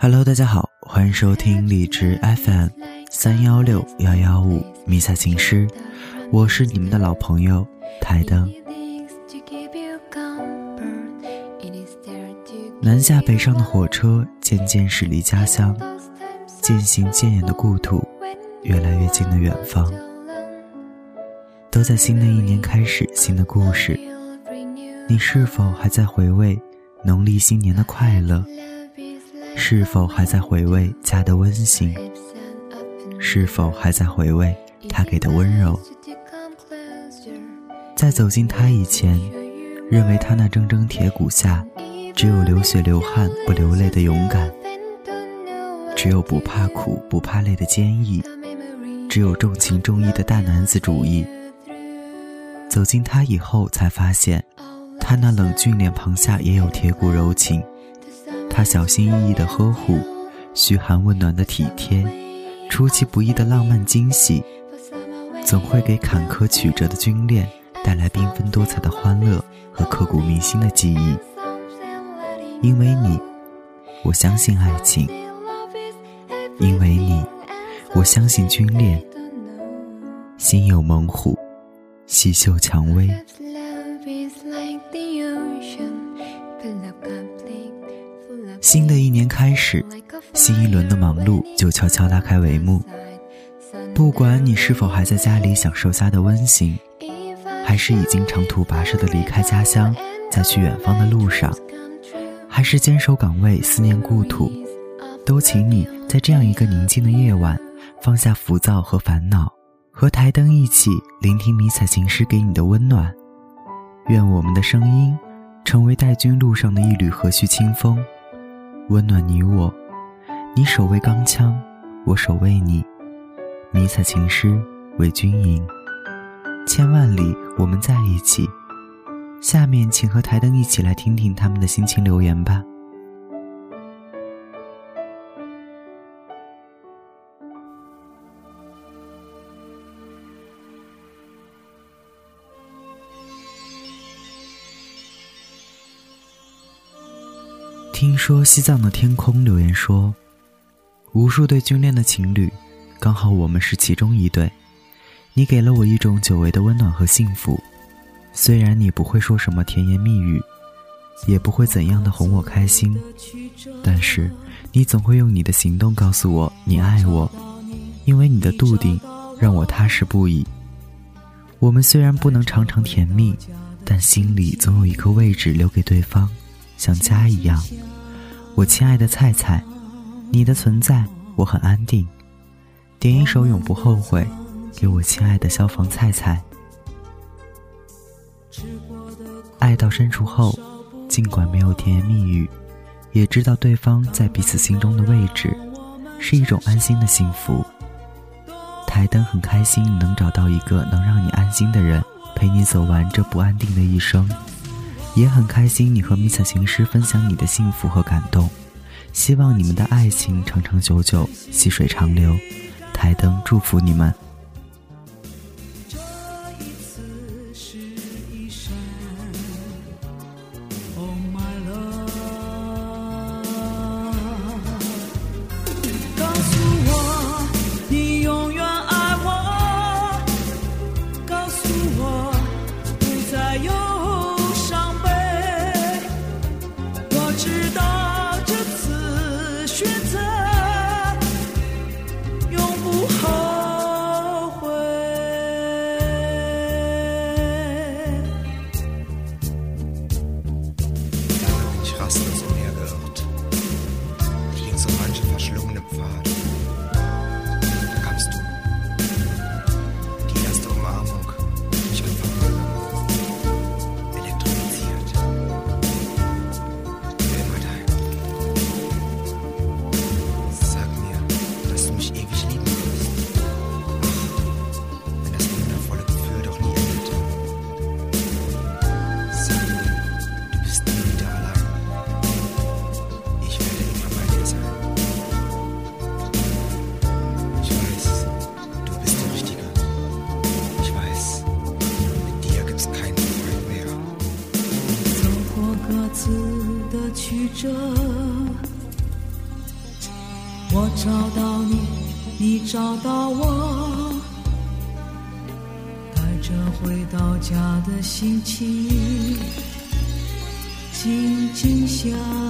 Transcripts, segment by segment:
Hello， 大家好，欢迎收听荔枝 FM316115迷彩情诗，我是你们的老朋友台灯。南下北上的火车渐渐驶离家乡，渐行渐远的故土，越来越近的远方，都在新的一年开始新的故事。你是否还在回味农历新年的快乐？是否还在回味家的温馨？是否还在回味他给的温柔？在走进他以前，认为他那铮铮铁骨下只有流血流汗不流泪的勇敢，只有不怕苦不怕累的坚毅，只有重情重义的大男子主义。走进他以后才发现，他那冷峻脸庞下也有铁骨柔情，他小心翼翼的呵护，嘘寒问暖的体贴，出其不意的浪漫惊喜，总会给坎坷曲折的军恋带来缤纷多彩的欢乐和刻骨铭心的记忆。因为你，我相信爱情；因为你，我相信军恋。心有猛虎，细嗅蔷薇。新的一年开始，新一轮的忙碌就悄悄拉开帷幕。不管你是否还在家里享受家的温馨，还是已经长途跋涉地离开家乡，在去远方的路上，还是坚守岗位思念故土，都请你在这样一个宁静的夜晚，放下浮躁和烦恼，和台灯一起聆听迷彩情诗给你的温暖。愿我们的声音成为带军路上的一缕和煦清风，温暖你我。你守卫钢枪，我守卫你。迷彩情诗为军营，千万里我们在一起。下面请和台灯一起来听听他们的心情留言吧。听说西藏的天空留言说，无数对军恋的情侣，刚好我们是其中一对。你给了我一种久违的温暖和幸福，虽然你不会说什么甜言蜜语，也不会怎样的哄我开心，但是你总会用你的行动告诉我你爱我，因为你的笃定让我踏实不已。我们虽然不能常常甜蜜，但心里总有一个位置留给对方，像家一样。我亲爱的菜菜，你的存在我很安定。点一首永不后悔给我亲爱的消防菜菜。爱到深处后，尽管没有甜言蜜语，也知道对方在彼此心中的位置，是一种安心的幸福。台灯很开心你能找到一个能让你安心的人，陪你走完这不安定的一生，也很开心你和迷彩情诗分享你的幸福和感动。希望你们的爱情长长久久，细水长流。台灯祝福你们。 次的曲折， 我找到你，你找到我，带着回到家的心情，紧紧相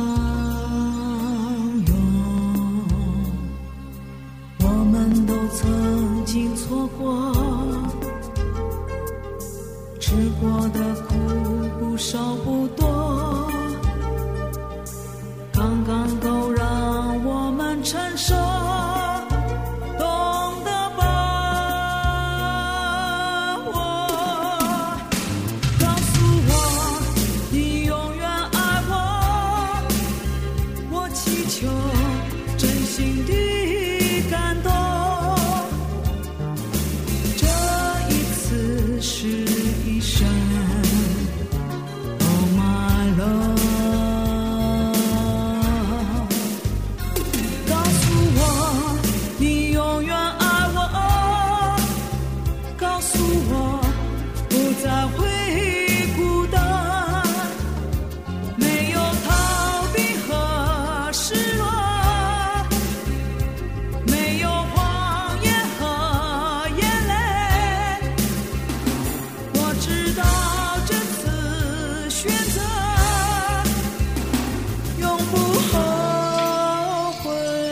拥。我们都曾经错过，吃过的苦不少不多，刚刚够让我们承受，懂得把握。告诉我你永远爱我，我祈求真心的感动，这一次是一生。Oh my love， 告诉我你永远爱我，告诉我不再会孤单，没有逃避和失落，没有谎言和眼泪，我知道这次选择永不后悔。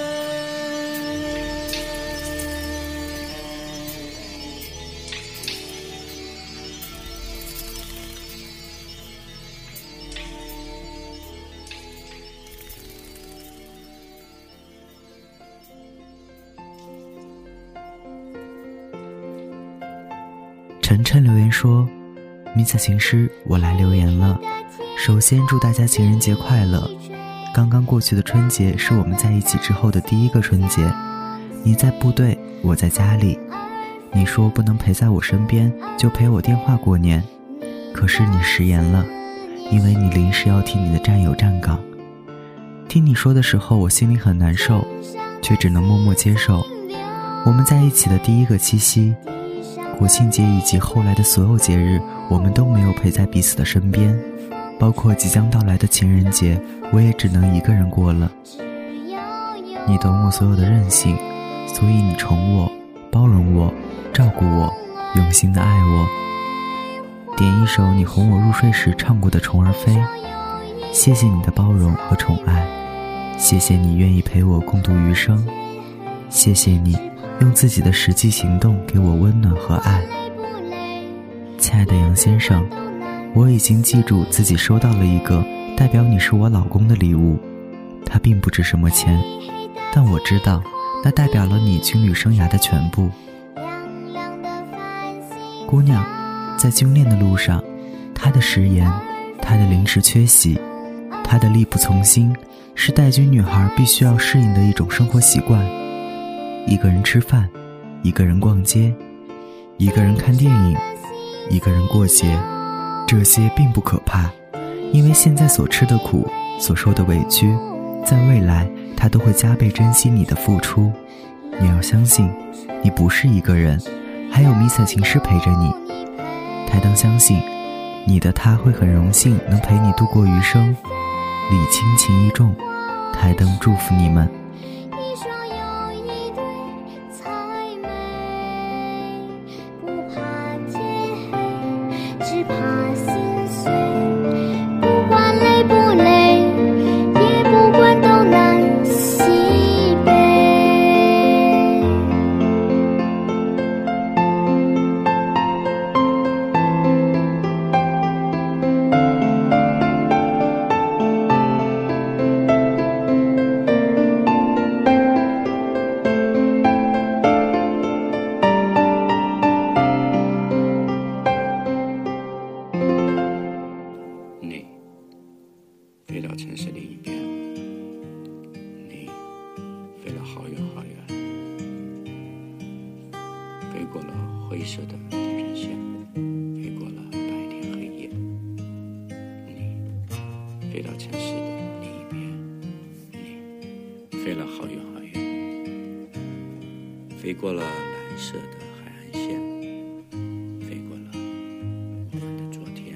晨晨留言说，迷彩情诗我来留言了。首先祝大家情人节快乐。刚刚过去的春节是我们在一起之后的第一个春节，你在部队，我在家里。你说不能陪在我身边，就陪我电话过年，可是你食言了，因为你临时要替你的战友站岗。听你说的时候我心里很难受，却只能默默接受。我们在一起的第一个七夕，国庆节以及后来的所有节日，我们都没有陪在彼此的身边，包括即将到来的情人节，我也只能一个人过了。你懂我所有的任性，所以你宠我，包容我，照顾我，用心的爱我。点一首你哄我入睡时唱过的《虫儿飞》，谢谢你的包容和宠爱，谢谢你愿意陪我共度余生，谢谢你用自己的实际行动给我温暖和爱。亲爱的杨先生，我已经记住自己收到了一个代表你是我老公的礼物，它并不值什么钱，但我知道那代表了你军旅生涯的全部。姑娘，在军练的路上，她的食言，她的临时缺席，她的力不从心，是带军女孩必须要适应的一种生活习惯。一个人吃饭，一个人逛街，一个人看电影，一个人过节，这些并不可怕，因为现在所吃的苦，所受的委屈，在未来他都会加倍珍惜你的付出。你要相信，你不是一个人，还有迷彩情诗陪着你。台灯相信，你的他会很荣幸能陪你度过余生。礼轻情意重，台灯祝福你们。 只怕心碎，不管累不累，也不管东南西北。 飞到城市另一边，你飞了好远好远，飞过了灰色的地平线，飞过了白天黑夜。你飞到城市的另一边，你飞了好远好远，飞过了蓝色的海岸线，飞过了我们的昨天。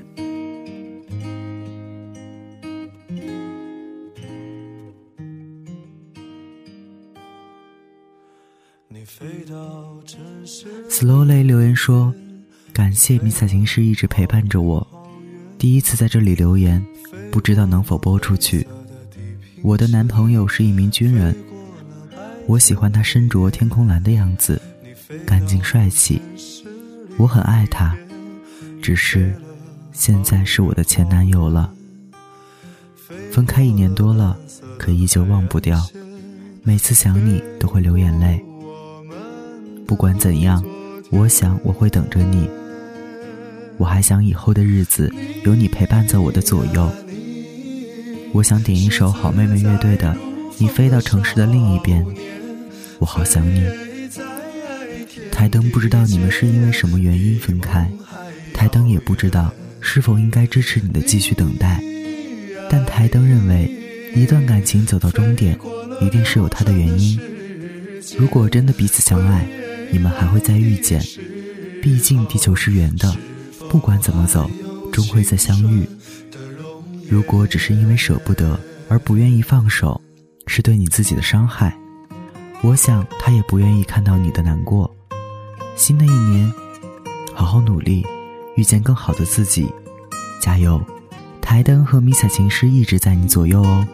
Slowly 留言说，感谢迷彩情诗一直陪伴着我，第一次在这里留言，不知道能否播出去。我的男朋友是一名军人，我喜欢他身着天空蓝的样子，干净帅气，我很爱他，只是现在是我的前男友了。分开1年多了，可依旧忘不掉，每次想你都会流眼泪。不管怎样，我想我会等着你，我还想以后的日子有你陪伴在我的左右。我想点一首好妹妹乐队的《你飞到城市的另一边》，我好想你。台灯不知道你们是因为什么原因分开，台灯也不知道是否应该支持你的继续等待，但台灯认为一段感情走到终点一定是有它的原因。如果真的彼此相爱，你们还会再遇见，毕竟地球是圆的，不管怎么走终会再相遇。如果只是因为舍不得而不愿意放手，是对你自己的伤害，我想他也不愿意看到你的难过。新的一年好好努力，遇见更好的自己，加油。台灯和迷彩情诗一直在你左右哦。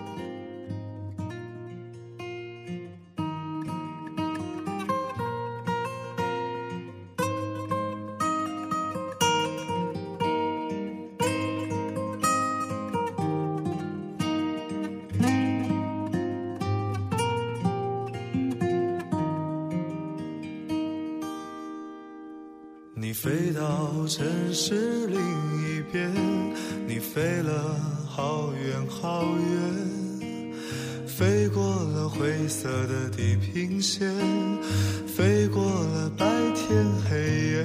你飞到城市另一边，你飞了好远好远，飞过了灰色的地平线，飞过了白天黑夜。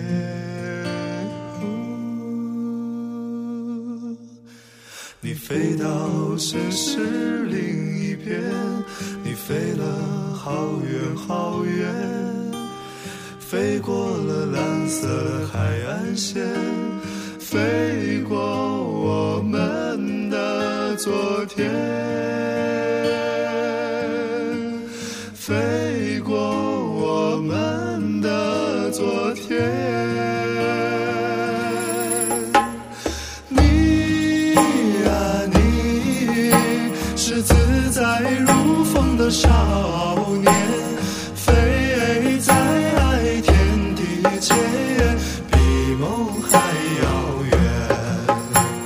你飞到城市另一边，你飞了好远好远，飞过了蓝色的海岸线，飞过我们的昨天，飞过我们的昨天。你啊你，是自在如风的少年，飞在比梦还遥远。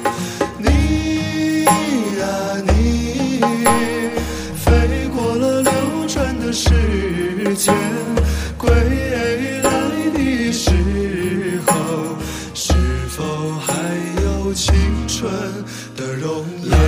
你啊你，飞过了流转的时间，归来的时候，是否还有青春的容颜？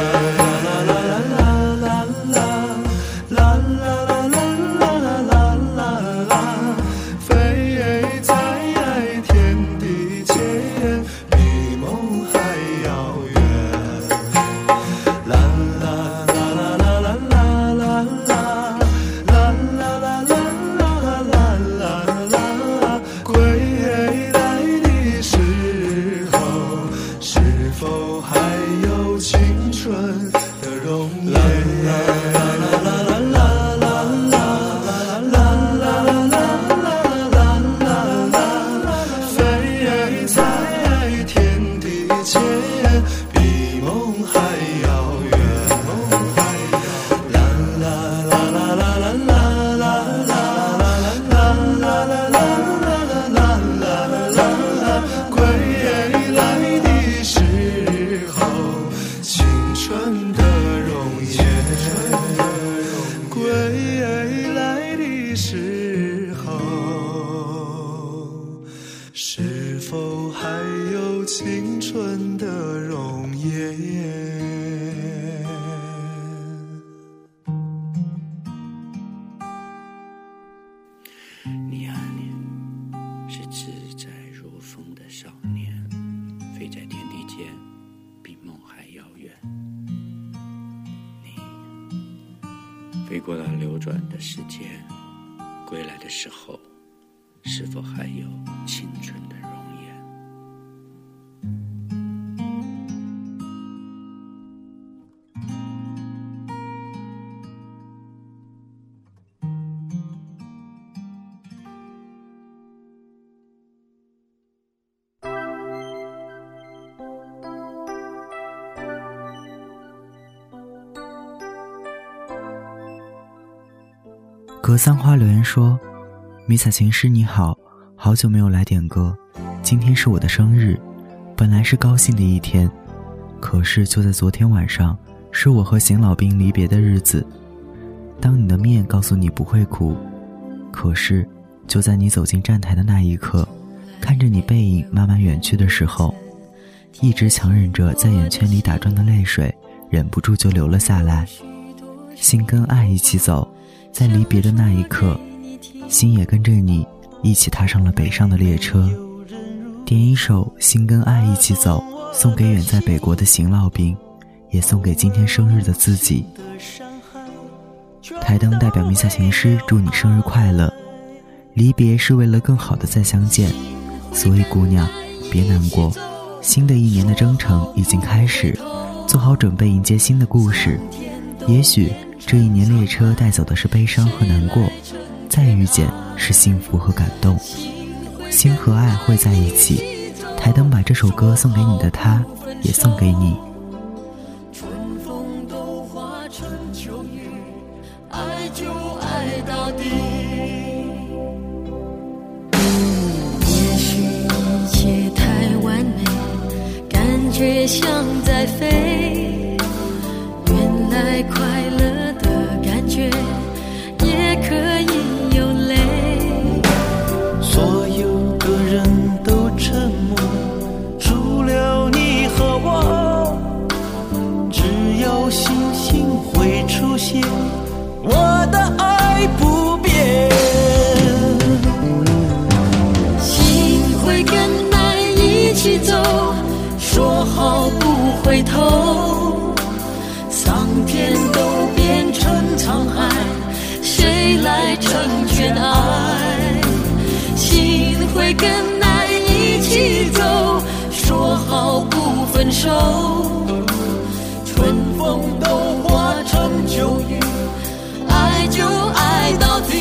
是否还有青春的容颜？ 你啊你，是自在如风的少年，飞在天地间，比梦还遥远。你飞过了流转的时间，归来的时候，是否还有青春的容颜？ 格桑花留言说，迷彩情诗你好，好久没有来点歌，今天是我的生日，本来是高兴的一天，可是就在昨天晚上，是我和邢老兵离别的日子。当你的面告诉你不会哭，可是就在你走进站台的那一刻，看着你背影慢慢远去的时候，一直强忍着在眼圈里打转的泪水，忍不住就流了下来。心跟爱一起走，在离别的那一刻，心也跟着你一起踏上了北上的列车。点一首《心跟爱一起走》，送给远在北国的邢老兵，也送给今天生日的自己。台灯代表迷彩情诗祝你生日快乐。离别是为了更好的再相见，所以姑娘别难过，新的一年的征程已经开始，做好准备迎接新的故事。也许这一年列车带走的是悲伤和难过，再遇见是幸福和感动。心和爱会在一起，台灯把这首歌送给你的他，也送给你。 春风都化成秋雨，爱就爱到底。也许一切太完美，感觉像在飞，原来快乐的感觉也可以有泪。 所有的人都沉默，除了你和我，只有星星会出现，我的爱不变。 心会跟爱一起走，说好不回头，桑田都变成沧海，谁来成全爱？心会跟爱一起走，说好不分手，春风都化成秋雨，爱就爱到底。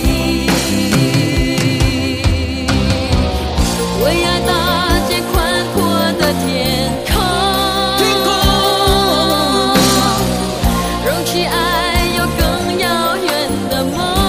为爱搭建宽阔的天空，容起爱有更遥远的梦。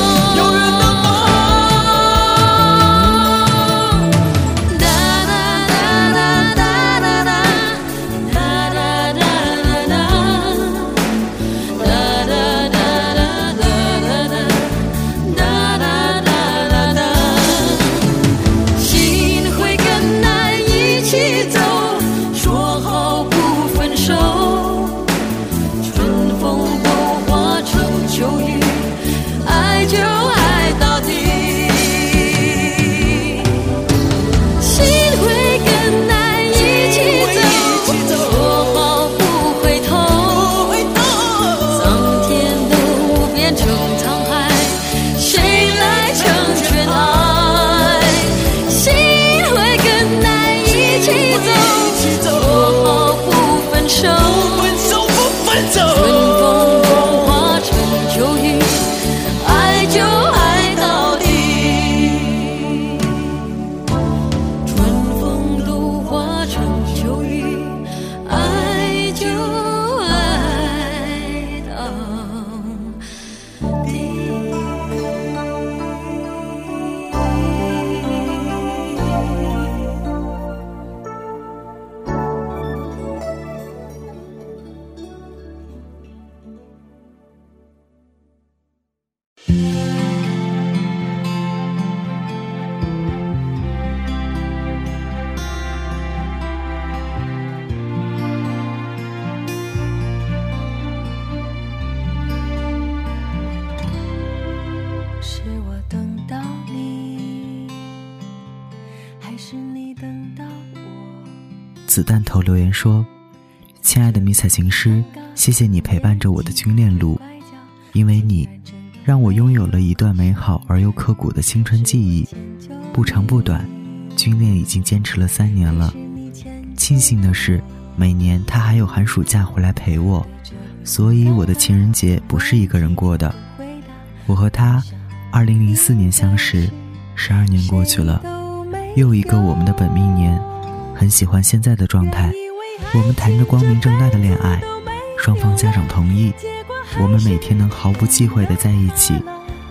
子弹头留言说，亲爱的迷彩情诗，谢谢你陪伴着我的军恋路，因为你让我拥有了一段美好而又刻骨的青春记忆，不长不短，军恋已经坚持了3年了。庆幸的是，每年他还有寒暑假回来陪我，所以我的情人节不是一个人过的。我和他2004年相识，12年过去了，又一个我们的本命年。很喜欢现在的状态，我们谈着光明正大的恋爱，双方家长同意，我们每天能毫不忌讳地在一起，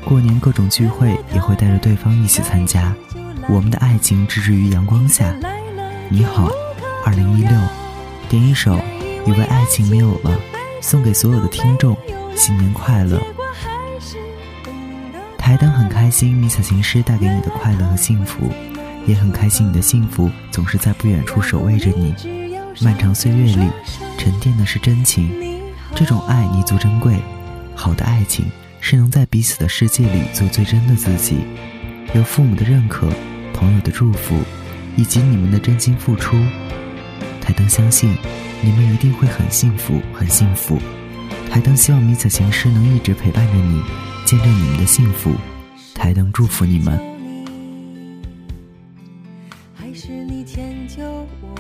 过年各种聚会也会带着对方一起参加，我们的爱情置之于阳光下。你好2016，点一首以为爱情没有了，送给所有的听众，新年快乐。台灯很开心迷彩情诗带给你的快乐和幸福，也很开心你的幸福总是在不远处守卫着你。漫长岁月里沉淀的是真情，这种爱弥足珍贵。好的爱情是能在彼此的世界里做最真的自己，有父母的认可，朋友的祝福，以及你们的真心付出。台灯相信你们一定会很幸福很幸福。台灯希望迷彩情诗能一直陪伴着你，见证你们的幸福。台灯祝福你们。 还是你迁就我，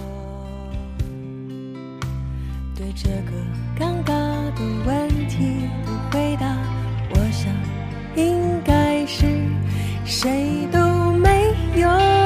对这个尴尬的问题的回答，我想应该是谁都没有。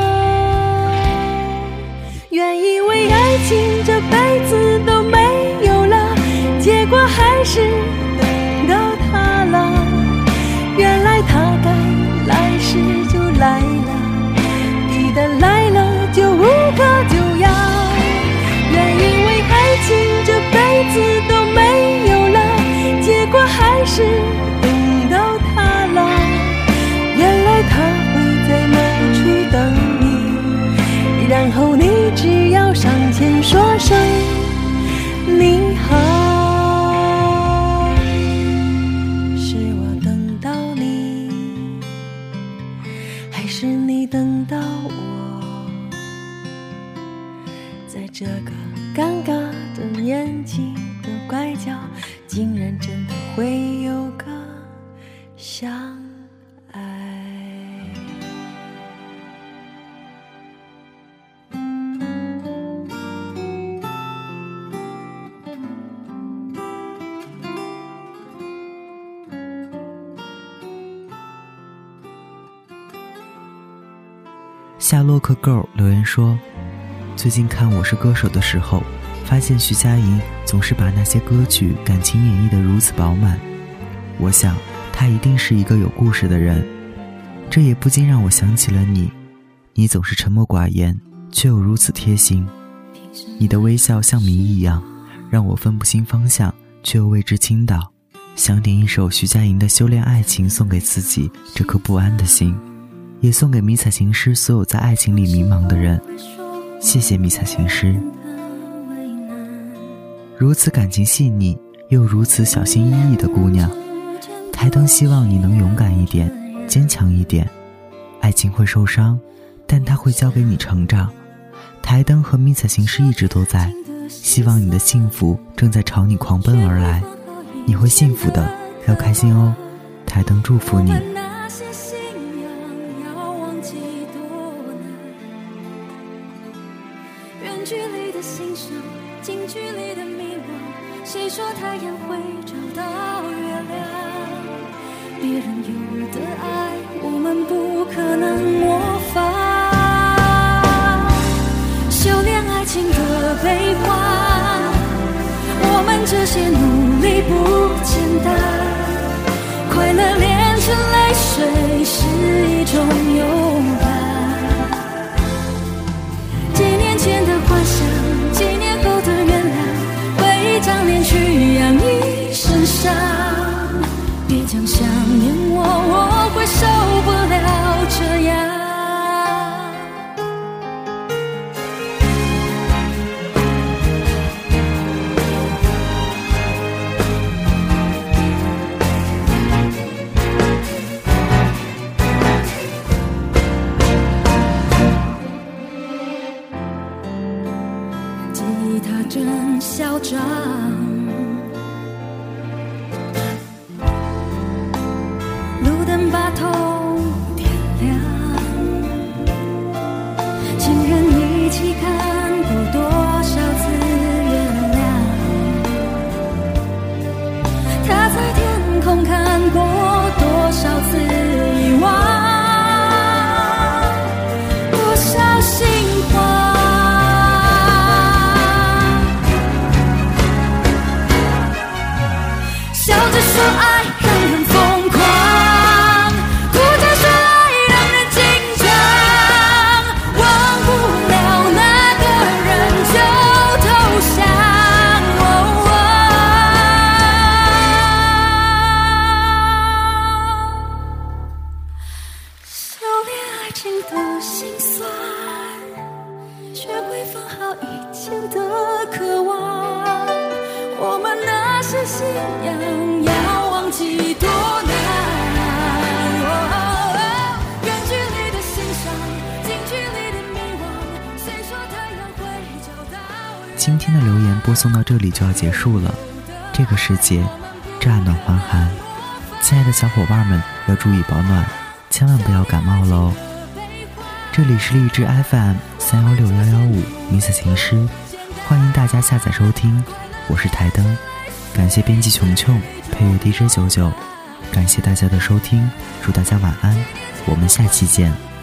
原以为爱情这辈子都没有了，结果还是等到他了。原来他该来时就来了，一旦来了就无可救药。原以为爱情这辈子都没有了，结果还是等到他了。原来他会在某处等你，然后你只要上前说声你好。是我等到你，还是你等到我？在这个尴尬的年纪的拐角，竟然真的会有个相爱。 夏洛克 girl 留言说，最近看《我是歌手》的时候，发现徐佳莹总是把那些歌曲感情演绎得如此饱满。我想她一定是一个有故事的人，这也不禁让我想起了你。你总是沉默寡言，却又如此贴心。你的微笑像谜一样，让我分不清方向，却又为之倾倒。想点一首徐佳莹的《修炼爱情》送给自己这颗不安的心，也送给迷彩情诗所有在爱情里迷茫的人。谢谢迷彩情诗，如此感情细腻又如此小心翼翼的姑娘。台灯希望你能勇敢一点，坚强一点。爱情会受伤，但它会教给你成长。台灯和迷彩情诗一直都在，希望你的幸福正在朝你狂奔而来。你会幸福的，要开心哦。台灯祝福你。 远距离的欣赏，近距离的迷惘，谁说太阳会找到月亮？别人有的爱，我们不可能模仿。修炼爱情的悲欢，我们这些努力不简单。快乐炼成泪水是一种勇敢。几年前的幻想，几年后的原谅，会长脸去养一身伤。别讲想念我，我会受不了这样。吉他真嚣张，路灯把头点亮，情人一起看过多少次月亮，他在天空看过多少次遗忘，多少心慌。笑着说爱让人疯狂， 的心酸，学会放好以前的渴望。我们那些信仰要忘记多难。远距离的欣赏，近距离的迷惘。谁说太阳会照到？ 今天的留言播送到这里就要结束了。这个时节乍暖还寒，亲爱的小伙伴们要注意保暖，千万不要感冒喽。这里是荔枝 FM316115 Miss 情诗，欢迎大家下载收听，我是台灯，感谢编辑琼琼，配乐 DJ 99，感谢大家的收听，祝大家晚安，我们下期见。